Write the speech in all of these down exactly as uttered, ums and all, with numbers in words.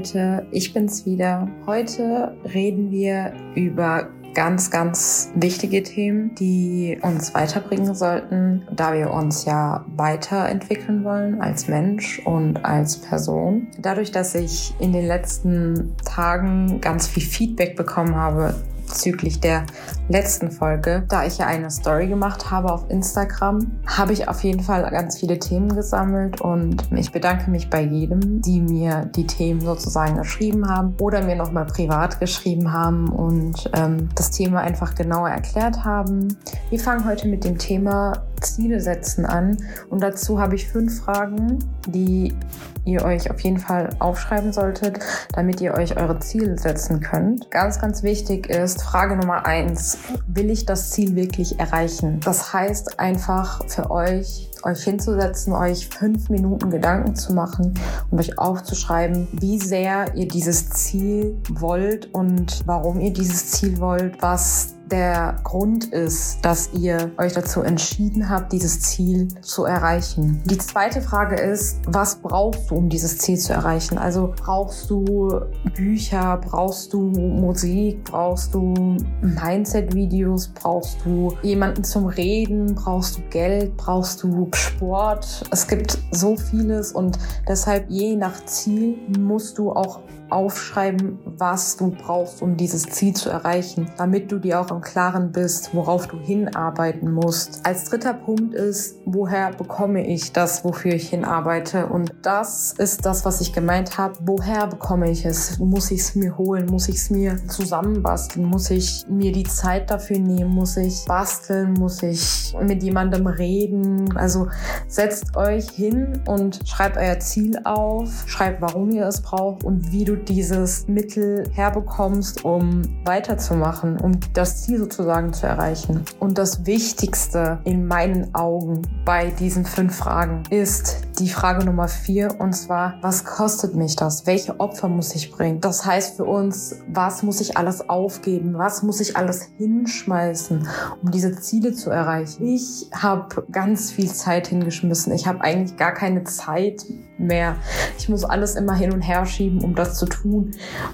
Leute, ich bin's wieder. Heute reden wir über ganz, ganz wichtige Themen, die uns weiterbringen sollten, da wir uns ja weiterentwickeln wollen als Mensch und als Person. Dadurch, dass ich in den letzten Tagen ganz viel Feedback bekommen habe bezüglich der letzten Folge, da ich ja eine Story gemacht habe auf Instagram, habe ich auf jeden Fall ganz viele Themen gesammelt und ich bedanke mich bei jedem, die mir die Themen sozusagen geschrieben haben oder mir nochmal privat geschrieben haben und ähm, das Thema einfach genauer erklärt haben. Wir fangen heute mit dem Thema Ziele setzen an und dazu habe ich fünf Fragen, die ihr euch auf jeden Fall aufschreiben solltet, damit ihr euch eure Ziele setzen könnt. Ganz, ganz wichtig ist Frage Nummer eins. Will ich das Ziel wirklich erreichen? Das heißt einfach für euch, euch hinzusetzen, euch fünf Minuten Gedanken zu machen und euch aufzuschreiben, wie sehr ihr dieses Ziel wollt und warum ihr dieses Ziel wollt, was der Grund ist, dass ihr euch dazu entschieden habt, dieses Ziel zu erreichen. Die zweite Frage ist, was brauchst du, um dieses Ziel zu erreichen? Also brauchst du Bücher, brauchst du Musik, brauchst du Mindset-Videos, brauchst du jemanden zum Reden, brauchst du Geld, brauchst du Sport? Es gibt so vieles und deshalb je nach Ziel musst du auch aufschreiben, was du brauchst, um dieses Ziel zu erreichen, damit du dir auch im Klaren bist, worauf du hinarbeiten musst. Als dritter Punkt ist, woher bekomme ich das, wofür ich hinarbeite? Und das ist das, was ich gemeint habe. Woher bekomme ich es? Muss ich es mir holen? Muss ich es mir zusammenbasteln? Muss ich mir die Zeit dafür nehmen? Muss ich basteln? Muss ich mit jemandem reden? Also setzt euch hin und schreibt euer Ziel auf, schreibt, warum ihr es braucht und wie du dieses Mittel herbekommst, um weiterzumachen, um das Ziel sozusagen zu erreichen. Und das Wichtigste in meinen Augen bei diesen fünf Fragen ist die Frage Nummer vier, und zwar, was kostet mich das? Welche Opfer muss ich bringen? Das heißt für uns, was muss ich alles aufgeben? Was muss ich alles hinschmeißen, um diese Ziele zu erreichen? Ich habe ganz viel Zeit hingeschmissen. Ich habe eigentlich gar keine Zeit mehr. Ich muss alles immer hin und her schieben, um das zu tun,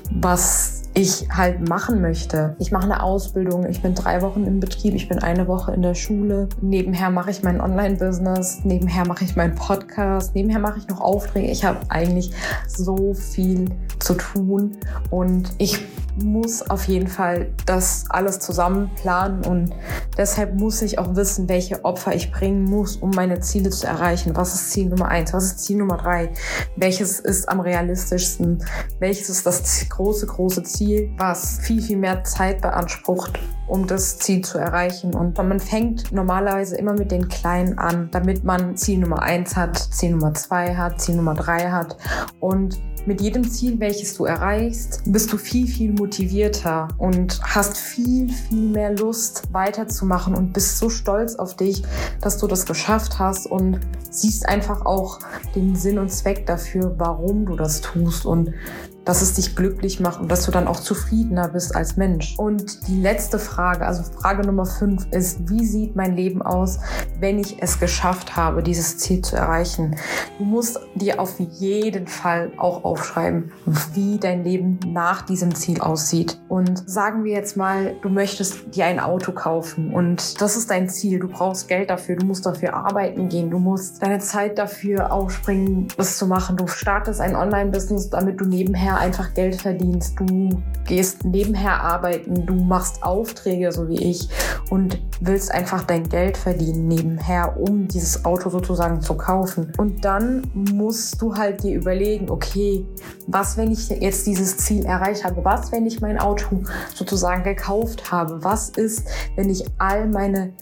was ich halt machen möchte. Ich mache eine Ausbildung, ich bin drei Wochen im Betrieb, ich bin eine Woche in der Schule. Nebenher mache ich mein Online-Business, nebenher mache ich meinen Podcast, nebenher mache ich noch Aufträge. Ich habe eigentlich so viel zu tun und ich muss auf jeden Fall das alles zusammen planen und deshalb muss ich auch wissen, welche Opfer ich bringen muss, um meine Ziele zu erreichen. Was ist Ziel Nummer eins? Was ist Ziel Nummer drei? Welches ist am realistischsten? Welches ist das große, große Ziel, was viel, viel mehr Zeit beansprucht, um das Ziel zu erreichen? Und man fängt normalerweise immer mit den Kleinen an, damit man Ziel Nummer eins hat, Ziel Nummer zwei hat, Ziel Nummer drei hat und mit jedem Ziel, welches du erreichst, bist du viel, viel motivierter und hast viel, viel mehr Lust weiterzumachen und bist so stolz auf dich, dass du das geschafft hast und siehst einfach auch den Sinn und Zweck dafür, warum du das tust und dass es dich glücklich macht und dass du dann auch zufriedener bist als Mensch. Und die letzte Frage, also Frage Nummer fünf ist, wie sieht mein Leben aus, wenn ich es geschafft habe, dieses Ziel zu erreichen? Du musst dir auf jeden Fall auch aufschreiben, wie dein Leben nach diesem Ziel aussieht. Und sagen wir jetzt mal, du möchtest dir ein Auto kaufen und das ist dein Ziel. Du brauchst Geld dafür, du musst dafür arbeiten gehen, du musst deine Zeit dafür aufspringen, das zu machen. Du startest ein Online-Business, damit du nebenher einfach Geld verdienst, du gehst nebenher arbeiten, du machst Aufträge, so wie ich, und willst einfach dein Geld verdienen nebenher, um dieses Auto sozusagen zu kaufen. Und dann musst du halt dir überlegen, okay, was, wenn ich jetzt dieses Ziel erreicht habe? Was, wenn ich mein Auto sozusagen gekauft habe? Was ist, wenn ich all meine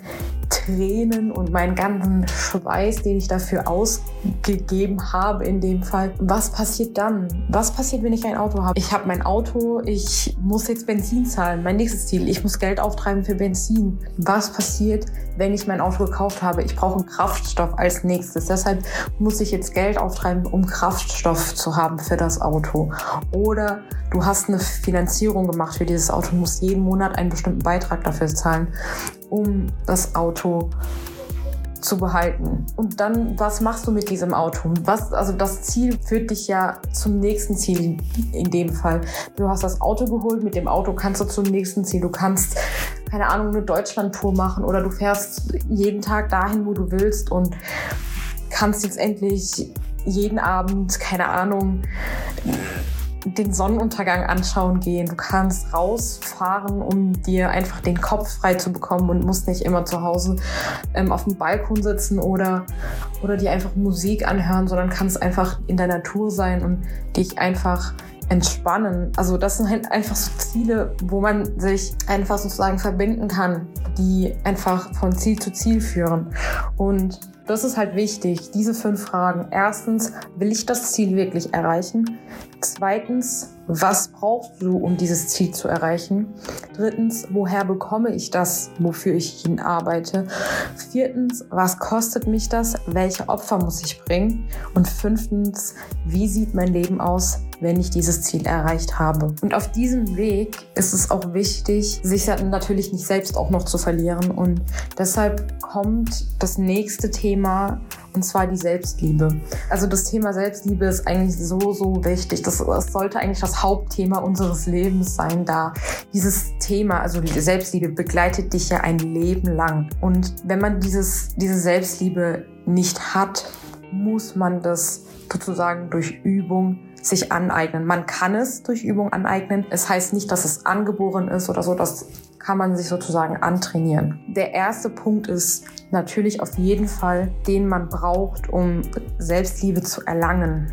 Tränen und meinen ganzen Schweiß, den ich dafür ausgegeben habe in dem Fall, was passiert dann? Was passiert, wenn ich ein Auto habe? Ich habe mein Auto, ich muss jetzt Benzin zahlen, mein nächstes Ziel, ich muss Geld auftreiben für Benzin. Was passiert, wenn ich mein Auto gekauft habe? Ich brauche einen Kraftstoff als nächstes, deshalb muss ich jetzt Geld auftreiben, um Kraftstoff zu haben für das Auto. Oder du hast eine Finanzierung gemacht für dieses Auto, musst jeden Monat einen bestimmten Beitrag dafür zahlen, um das Auto zu behalten. Und dann, was machst du mit diesem Auto? Was, also das Ziel führt dich ja zum nächsten Ziel in dem Fall. Du hast das Auto geholt, mit dem Auto kannst du zum nächsten Ziel. Du kannst, keine Ahnung, eine Deutschlandtour machen oder du fährst jeden Tag dahin, wo du willst und kannst jetzt endlich jeden Abend, keine Ahnung, den Sonnenuntergang anschauen gehen. Du kannst rausfahren, um dir einfach den Kopf frei zu bekommen und musst nicht immer zu Hause ähm, auf dem Balkon sitzen oder, oder dir einfach Musik anhören, sondern kannst einfach in der Natur sein und dich einfach entspannen. Also das sind halt einfach so Ziele, wo man sich einfach sozusagen verbinden kann, die einfach von Ziel zu Ziel führen. Und das ist halt wichtig, diese fünf Fragen. Erstens, will ich das Ziel wirklich erreichen? Zweitens, was brauchst du, um dieses Ziel zu erreichen? Drittens, woher bekomme ich das, wofür ich hin arbeite? Viertens, was kostet mich das? Welche Opfer muss ich bringen? Und fünftens, wie sieht mein Leben aus, wenn ich dieses Ziel erreicht habe? Und auf diesem Weg ist es auch wichtig, sich natürlich nicht selbst auch noch zu verlieren. Und deshalb kommt das nächste Thema, und zwar die Selbstliebe. Also das Thema Selbstliebe ist eigentlich so, so wichtig. Das, das sollte eigentlich das Hauptthema unseres Lebens sein, da dieses Thema, also die Selbstliebe, begleitet dich ja ein Leben lang. Und wenn man dieses, diese Selbstliebe nicht hat, muss man das sozusagen durch Übung sich aneignen. Man kann es durch Übung aneignen. Es heißt nicht, dass es angeboren ist oder so. Das kann man sich sozusagen antrainieren. Der erste Punkt ist natürlich auf jeden Fall, den man braucht, um Selbstliebe zu erlangen.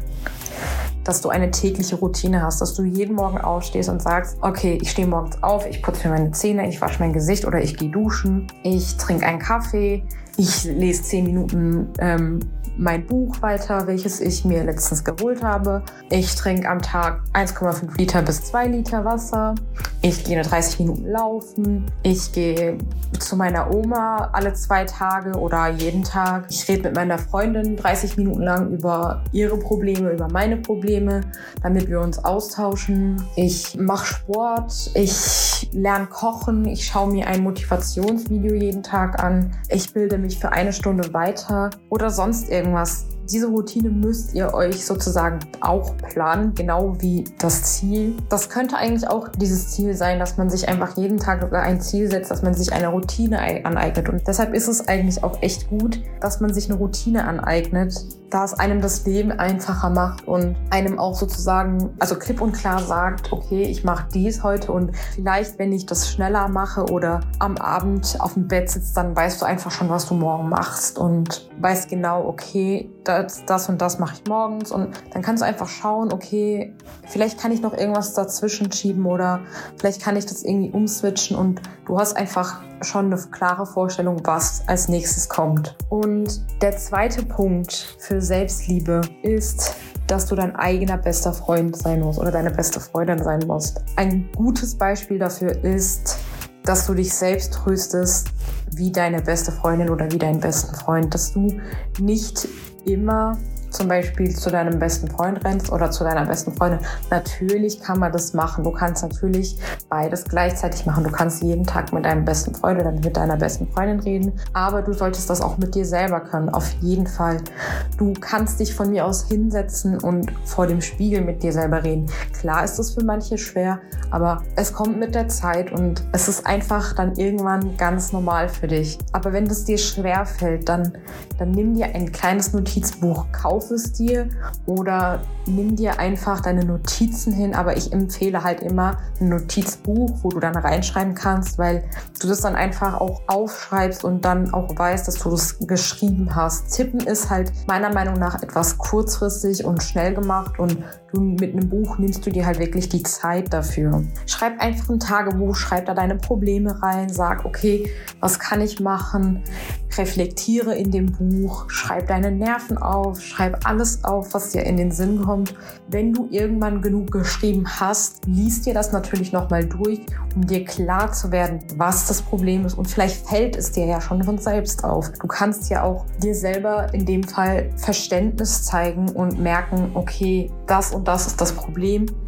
Dass du eine tägliche Routine hast, dass du jeden Morgen aufstehst und sagst, okay, ich stehe morgens auf, ich putze mir meine Zähne, ich wasche mein Gesicht oder ich gehe duschen, ich trinke einen Kaffee, ich lese zehn Minuten ähm, mein Buch weiter, welches ich mir letztens geholt habe. Ich trinke am Tag eins Komma fünf Liter bis zwei Liter Wasser. Ich gehe dreißig Minuten laufen. Ich gehe zu meiner Oma alle zwei Tage oder jeden Tag. Ich rede mit meiner Freundin dreißig Minuten lang über ihre Probleme, über meine Probleme, damit wir uns austauschen. Ich mache Sport. Ich lerne kochen. Ich schaue mir ein Motivationsvideo jeden Tag an. Ich bilde mich für eine Stunde weiter oder sonst irgendwas. Diese Routine müsst ihr euch sozusagen auch planen, genau wie das Ziel. Das könnte eigentlich auch dieses Ziel sein, dass man sich einfach jeden Tag ein Ziel setzt, dass man sich eine Routine aneignet. Und deshalb ist es eigentlich auch echt gut, dass man sich eine Routine aneignet, da es einem das Leben einfacher macht und einem auch sozusagen, also klipp und klar sagt, okay, ich mache dies heute und vielleicht, wenn ich das schneller mache oder am Abend auf dem Bett sitzt, dann weißt du einfach schon, was du morgen machst und weißt genau, okay, das, das und das mache ich morgens und dann kannst du einfach schauen, okay, vielleicht kann ich noch irgendwas dazwischen schieben oder vielleicht kann ich das irgendwie umswitchen und du hast einfach schon eine klare Vorstellung, was als nächstes kommt. Und der zweite Punkt für Selbstliebe ist, dass du dein eigener bester Freund sein musst oder deine beste Freundin sein musst. Ein gutes Beispiel dafür ist, dass du dich selbst tröstest wie deine beste Freundin oder wie deinen besten Freund, dass du nicht immer zum Beispiel zu deinem besten Freund rennst oder zu deiner besten Freundin. Natürlich kann man das machen. Du kannst natürlich beides gleichzeitig machen. Du kannst jeden Tag mit deinem besten Freund oder mit deiner besten Freundin reden, aber du solltest das auch mit dir selber können, auf jeden Fall. Du kannst dich von mir aus hinsetzen und vor dem Spiegel mit dir selber reden. Klar ist es für manche schwer, aber es kommt mit der Zeit und es ist einfach dann irgendwann ganz normal für dich. Aber wenn es dir schwer fällt, dann, dann nimm dir ein kleines Notizbuch, kauf es dir oder nimm dir einfach deine Notizen hin, aber ich empfehle halt immer ein Notizbuch, wo du dann reinschreiben kannst, weil du das dann einfach auch aufschreibst und dann auch weißt, dass du das geschrieben hast. Tippen ist halt meiner Meinung nach etwas kurzfristig und schnell gemacht und du mit einem Buch nimmst du dir halt wirklich die Zeit dafür. Schreib einfach ein Tagebuch, schreib da deine Probleme rein, sag, okay, was kann ich machen? Reflektiere in dem Buch, schreib deine Nerven auf, schreib alles auf, was dir in den Sinn kommt. Wenn du irgendwann genug geschrieben hast, liest dir das natürlich nochmal durch, um dir klar zu werden, was das Problem ist. Und vielleicht fällt es dir ja schon von selbst auf. Du kannst ja auch dir selber in dem Fall Verständnis zeigen und merken, okay, das und das ist das Problem.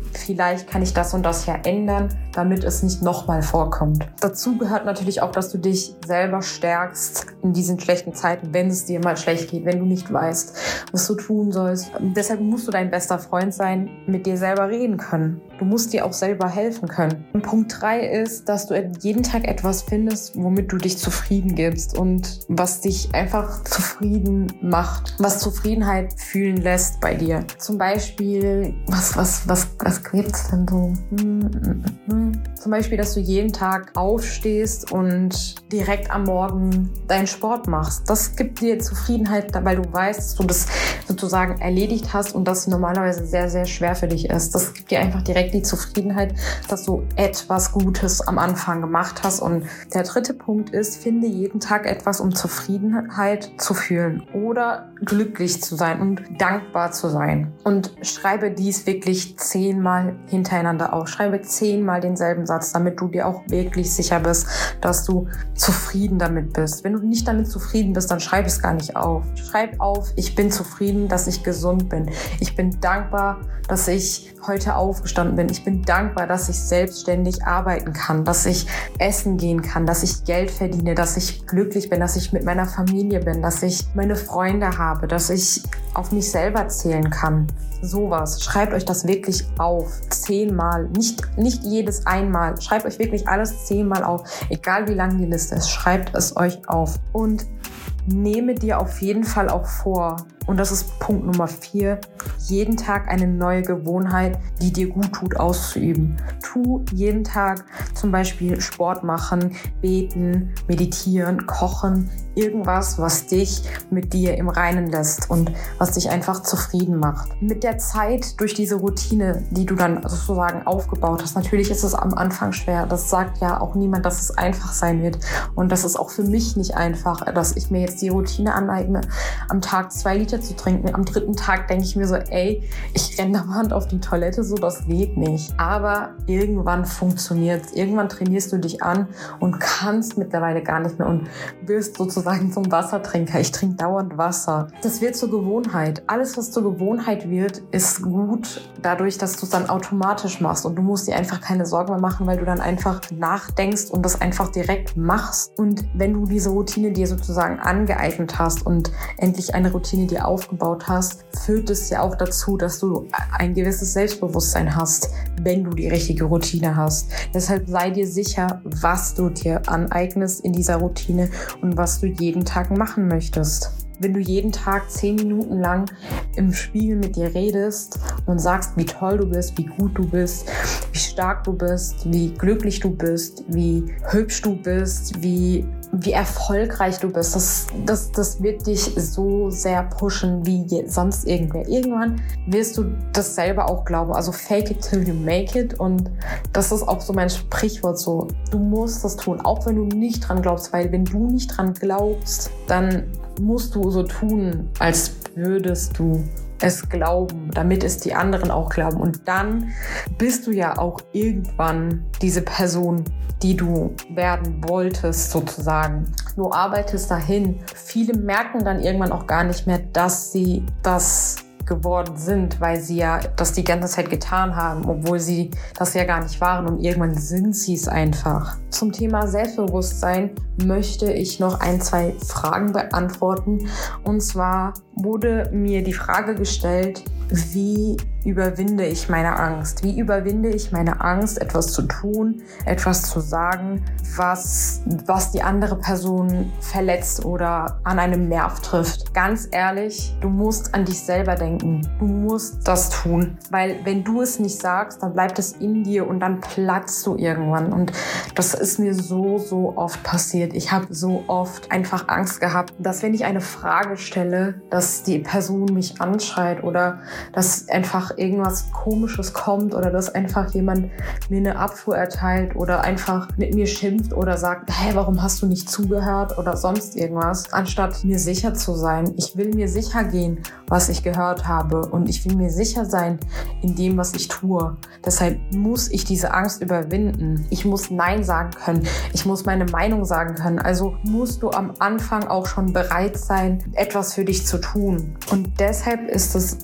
vielleicht kann ich das und das ja ändern, damit es nicht nochmal vorkommt. Dazu gehört natürlich auch, dass du dich selber stärkst in diesen schlechten Zeiten, wenn es dir mal schlecht geht, wenn du nicht weißt, was du tun sollst. Deshalb musst du dein bester Freund sein, mit dir selber reden können. Du musst dir auch selber helfen können. Und Punkt drei ist, dass du jeden Tag etwas findest, womit du dich zufrieden gibst und was dich einfach zufrieden macht, was Zufriedenheit fühlen lässt bei dir. Zum Beispiel, was, was, was, was gibt's denn so? Hm, hm, hm. Zum Beispiel, dass du jeden Tag aufstehst und direkt am Morgen deinen Sport machst. Das gibt dir Zufriedenheit, weil du weißt, dass du das sozusagen erledigt hast und das normalerweise sehr, sehr schwer für dich ist. Das gibt dir einfach direkt die Zufriedenheit, dass du etwas Gutes am Anfang gemacht hast. Und der dritte Punkt ist, finde jeden Tag etwas, um Zufriedenheit zu fühlen oder glücklich zu sein und dankbar zu sein. Und schreibe dies wirklich zehnmal hintereinander auf. Schreibe zehnmal denselben Satz, damit du dir auch wirklich sicher bist, dass du zufrieden damit bist. Wenn du nicht damit zufrieden bist, dann schreib es gar nicht auf. Schreib auf, ich bin zufrieden, dass ich gesund bin. Ich bin dankbar, dass ich heute aufgestanden bin. Ich bin dankbar, dass ich selbstständig arbeiten kann, dass ich essen gehen kann, dass ich Geld verdiene, dass ich glücklich bin, dass ich mit meiner Familie bin, dass ich meine Freunde habe, dass ich auf mich selber zählen kann. Sowas. Schreibt euch das wirklich auf. Zehnmal. Nicht, nicht jedes einmal. Schreibt euch wirklich alles zehnmal auf. Egal wie lang die Liste ist. Schreibt es euch auf. Und nehme dir auf jeden Fall auch vor, und das ist Punkt Nummer vier, jeden Tag eine neue Gewohnheit, die dir gut tut, auszuüben. Tu jeden Tag zum Beispiel Sport machen, beten, meditieren, kochen, irgendwas, was dich mit dir im Reinen lässt und was dich einfach zufrieden macht. Mit der Zeit, durch diese Routine, die du dann sozusagen aufgebaut hast, natürlich ist es am Anfang schwer, das sagt ja auch niemand, dass es einfach sein wird, und das ist auch für mich nicht einfach, dass ich mir jetzt die Routine aneigne, am Tag zwei Liter zu trinken. Am dritten Tag denke ich mir so, ey, ich renne dauernd auf die Toilette, so, das geht nicht. Aber irgendwann funktioniert es. Irgendwann trainierst du dich an und kannst mittlerweile gar nicht mehr und wirst sozusagen zum Wassertrinker. Ich trinke dauernd Wasser. Das wird zur Gewohnheit. Alles, was zur Gewohnheit wird, ist gut dadurch, dass du es dann automatisch machst und du musst dir einfach keine Sorgen mehr machen, weil du dann einfach nachdenkst und das einfach direkt machst. Und wenn du diese Routine dir sozusagen angeeignet hast und endlich eine Routine dir aufgebaut hast, führt es ja auch dazu, dass du ein gewisses Selbstbewusstsein hast, wenn du die richtige Routine hast. Deshalb sei dir sicher, was du dir aneignest in dieser Routine und was du jeden Tag machen möchtest. Wenn du jeden Tag zehn Minuten lang im Spiegel mit dir redest und sagst, wie toll du bist, wie gut du bist, wie stark du bist, wie glücklich du bist, wie hübsch du bist, wie, wie erfolgreich du bist, das, das, das wird dich so sehr pushen wie sonst irgendwer. Irgendwann wirst du das selber auch glauben. Also fake it till you make it, und das ist auch so mein Sprichwort so. Du musst das tun, auch wenn du nicht dran glaubst, weil wenn du nicht dran glaubst, dann musst du so tun, als würdest du es glauben, damit es die anderen auch glauben. Und dann bist du ja auch irgendwann diese Person, die du werden wolltest, sozusagen. Du arbeitest dahin. Viele merken dann irgendwann auch gar nicht mehr, dass sie das geworden sind, weil sie ja das die ganze Zeit getan haben, obwohl sie das ja gar nicht waren, und irgendwann sind sie es einfach. Zum Thema Selbstbewusstsein möchte ich noch ein, zwei Fragen beantworten. Und zwar wurde mir die Frage gestellt, wie überwinde ich meine Angst? Wie überwinde ich meine Angst, etwas zu tun, etwas zu sagen, was, was die andere Person verletzt oder an einem Nerv trifft? Ganz ehrlich, du musst an dich selber denken. Du musst das tun, weil wenn du es nicht sagst, dann bleibt es in dir und dann platzt du irgendwann. Und das ist mir so, so oft passiert. Ich habe so oft einfach Angst gehabt, dass wenn ich eine Frage stelle, dass die Person mich anschreit oder dass einfach irgendwas Komisches kommt oder dass einfach jemand mir eine Abfuhr erteilt oder einfach mit mir schimpft oder sagt, hey, warum hast du nicht zugehört oder sonst irgendwas, anstatt mir sicher zu sein. Ich will mir sicher gehen, was ich gehört habe, und ich will mir sicher sein in dem, was ich tue. Deshalb muss ich diese Angst überwinden. Ich muss Nein sagen können. Ich muss meine Meinung sagen können. Also musst du am Anfang auch schon bereit sein, etwas für dich zu tun. Und deshalb ist es wichtig,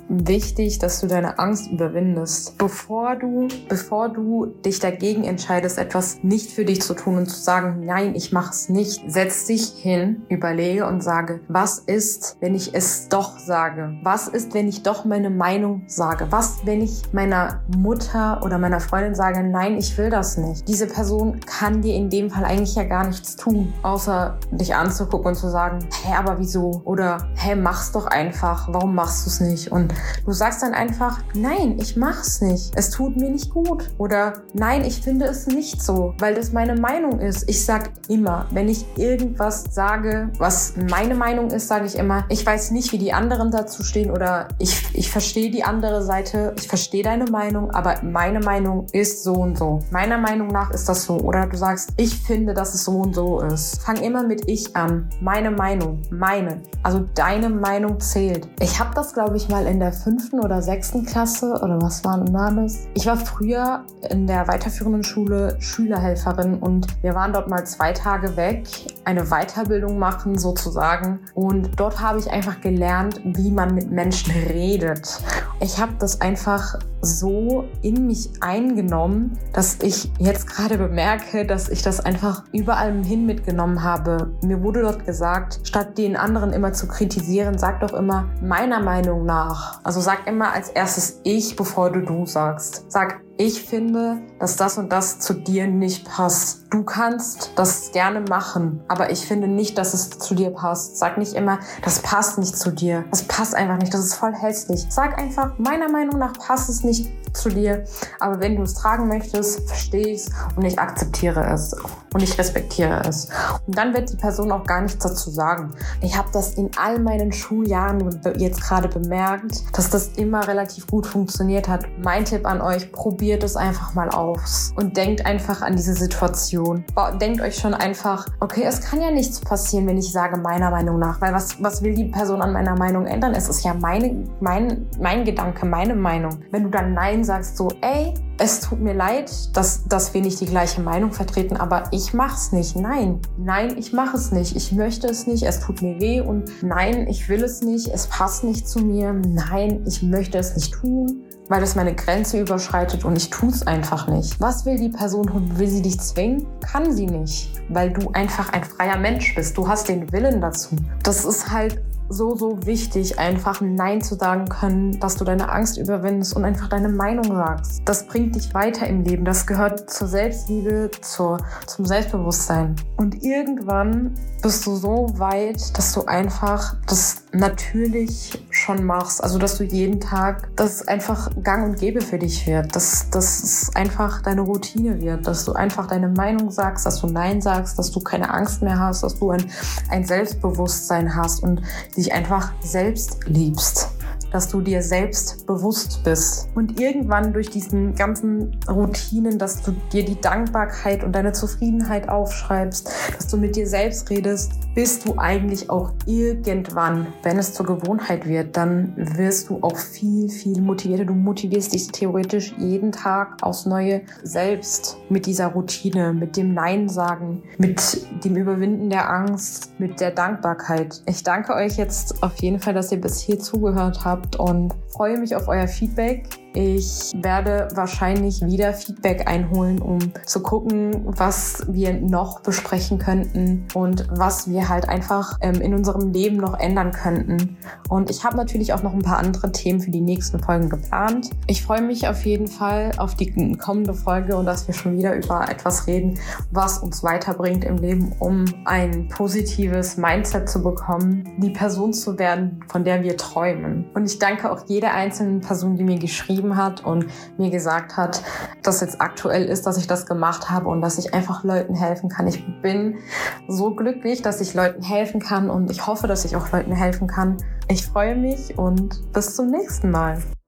wichtig, dass du deine Angst überwindest. Bevor du, bevor du dich dagegen entscheidest, etwas nicht für dich zu tun und zu sagen, nein, ich mache es nicht, setz dich hin, überlege und sage, was ist, wenn ich es doch sage? Was ist, wenn ich doch meine Meinung sage? Was, wenn ich meiner Mutter oder meiner Freundin sage, nein, ich will das nicht? Diese Person kann dir in dem Fall eigentlich ja gar nichts tun, außer dich anzugucken und zu sagen, hä, aber wieso? Oder, hä, mach's doch einfach. Warum machst du es nicht? Und du sagst dann einfach, nein, ich mach's nicht. Es tut mir nicht gut. Oder, nein, ich finde es nicht so, weil das meine Meinung ist. Ich sag immer, wenn ich irgendwas sage, was meine Meinung ist, sage ich immer, ich weiß nicht, wie die anderen dazu stehen oder ich, ich verstehe die andere Seite, ich verstehe deine Meinung, aber meine Meinung ist so und so. Meiner Meinung nach ist das so. Oder du sagst, ich finde, dass es so und so ist. Fang immer mit ich an. Meine Meinung. Meine. Also deine Meinung zählt. Ich habe das, glaube ich, mal in der fünften oder sechsten Klasse oder was war das? Ich war früher in der weiterführenden Schule Schülerhelferin und wir waren dort mal zwei Tage weg, eine Weiterbildung machen sozusagen. Und dort habe ich einfach gelernt, wie man mit Menschen redet. Ich habe das einfach so in mich eingenommen, dass ich jetzt gerade bemerke, dass ich das einfach überall hin mitgenommen habe. Mir wurde dort gesagt, statt den anderen immer zu kritisieren, sag doch immer meiner Meinung nach. Also sag immer als erstes ich, bevor du du sagst. Sag, ich finde, dass das und das zu dir nicht passt. Du kannst das gerne machen, aber ich finde nicht, dass es zu dir passt. Sag nicht immer, das passt nicht zu dir. Das passt einfach nicht, das ist voll hässlich. Sag einfach, meiner Meinung nach passt es nicht zu dir, aber wenn du es tragen möchtest, verstehe ich es und ich akzeptiere es und ich respektiere es. Und dann wird die Person auch gar nichts dazu sagen. Ich habe das in all meinen Schuljahren jetzt gerade bemerkt, dass das immer relativ gut funktioniert hat. Mein Tipp an euch, probiert es einfach mal aus und denkt einfach an diese Situation. Denkt euch schon einfach, okay, es kann ja nichts passieren, wenn ich sage meiner Meinung nach, weil was, was will die Person an meiner Meinung ändern? Es ist ja meine, mein, mein Gedanke, meine Meinung. Wenn du dann Nein sagst, so, ey, es tut mir leid, dass, dass wir nicht die gleiche Meinung vertreten, aber ich mach's nicht. Nein, nein, ich mache es nicht. Ich möchte es nicht, es tut mir weh und nein, ich will es nicht, es passt nicht zu mir. Nein, ich möchte es nicht tun, weil es meine Grenze überschreitet und ich tue es einfach nicht. Was will die Person tun? Will sie dich zwingen? Kann sie nicht, weil du einfach ein freier Mensch bist. Du hast den Willen dazu. Das ist halt so, so wichtig, einfach Nein zu sagen können, dass du deine Angst überwindest und einfach deine Meinung sagst. Das bringt dich weiter im Leben. Das gehört zur Selbstliebe, zur, zum Selbstbewusstsein. Und irgendwann bist du so weit, dass du einfach das natürlich schon machst. Also, dass du jeden Tag, dass es einfach gang und gäbe für dich wird. Dass, dass es einfach deine Routine wird. Dass du einfach deine Meinung sagst, dass du Nein sagst, dass du keine Angst mehr hast, dass du ein, ein Selbstbewusstsein hast und dich einfach selbst liebst, dass du dir selbst bewusst bist und irgendwann durch diesen ganzen Routinen, dass du dir die Dankbarkeit und deine Zufriedenheit aufschreibst, dass du mit dir selbst redest, bist du eigentlich auch irgendwann, wenn es zur Gewohnheit wird, dann wirst du auch viel, viel motivierter. Du motivierst dich theoretisch jeden Tag aufs Neue selbst mit dieser Routine, mit dem Nein sagen, mit dem Überwinden der Angst, mit der Dankbarkeit. Ich danke euch jetzt auf jeden Fall, dass ihr bis hier zugehört habt und freue mich auf euer Feedback. Ich werde wahrscheinlich wieder Feedback einholen, um zu gucken, was wir noch besprechen könnten und was wir halt einfach ähm, in unserem Leben noch ändern könnten. Und ich habe natürlich auch noch ein paar andere Themen für die nächsten Folgen geplant. Ich freue mich auf jeden Fall auf die kommende Folge und dass wir schon wieder über etwas reden, was uns weiterbringt im Leben, um ein positives Mindset zu bekommen, die Person zu werden, von der wir träumen. Und ich danke auch jeder einzelnen Person, die mir geschrieben hat und mir gesagt hat, dass jetzt aktuell ist, dass ich das gemacht habe und dass ich einfach Leuten helfen kann. Ich bin so glücklich, dass ich Leuten helfen kann und ich hoffe, dass ich auch Leuten helfen kann. Ich freue mich und bis zum nächsten Mal.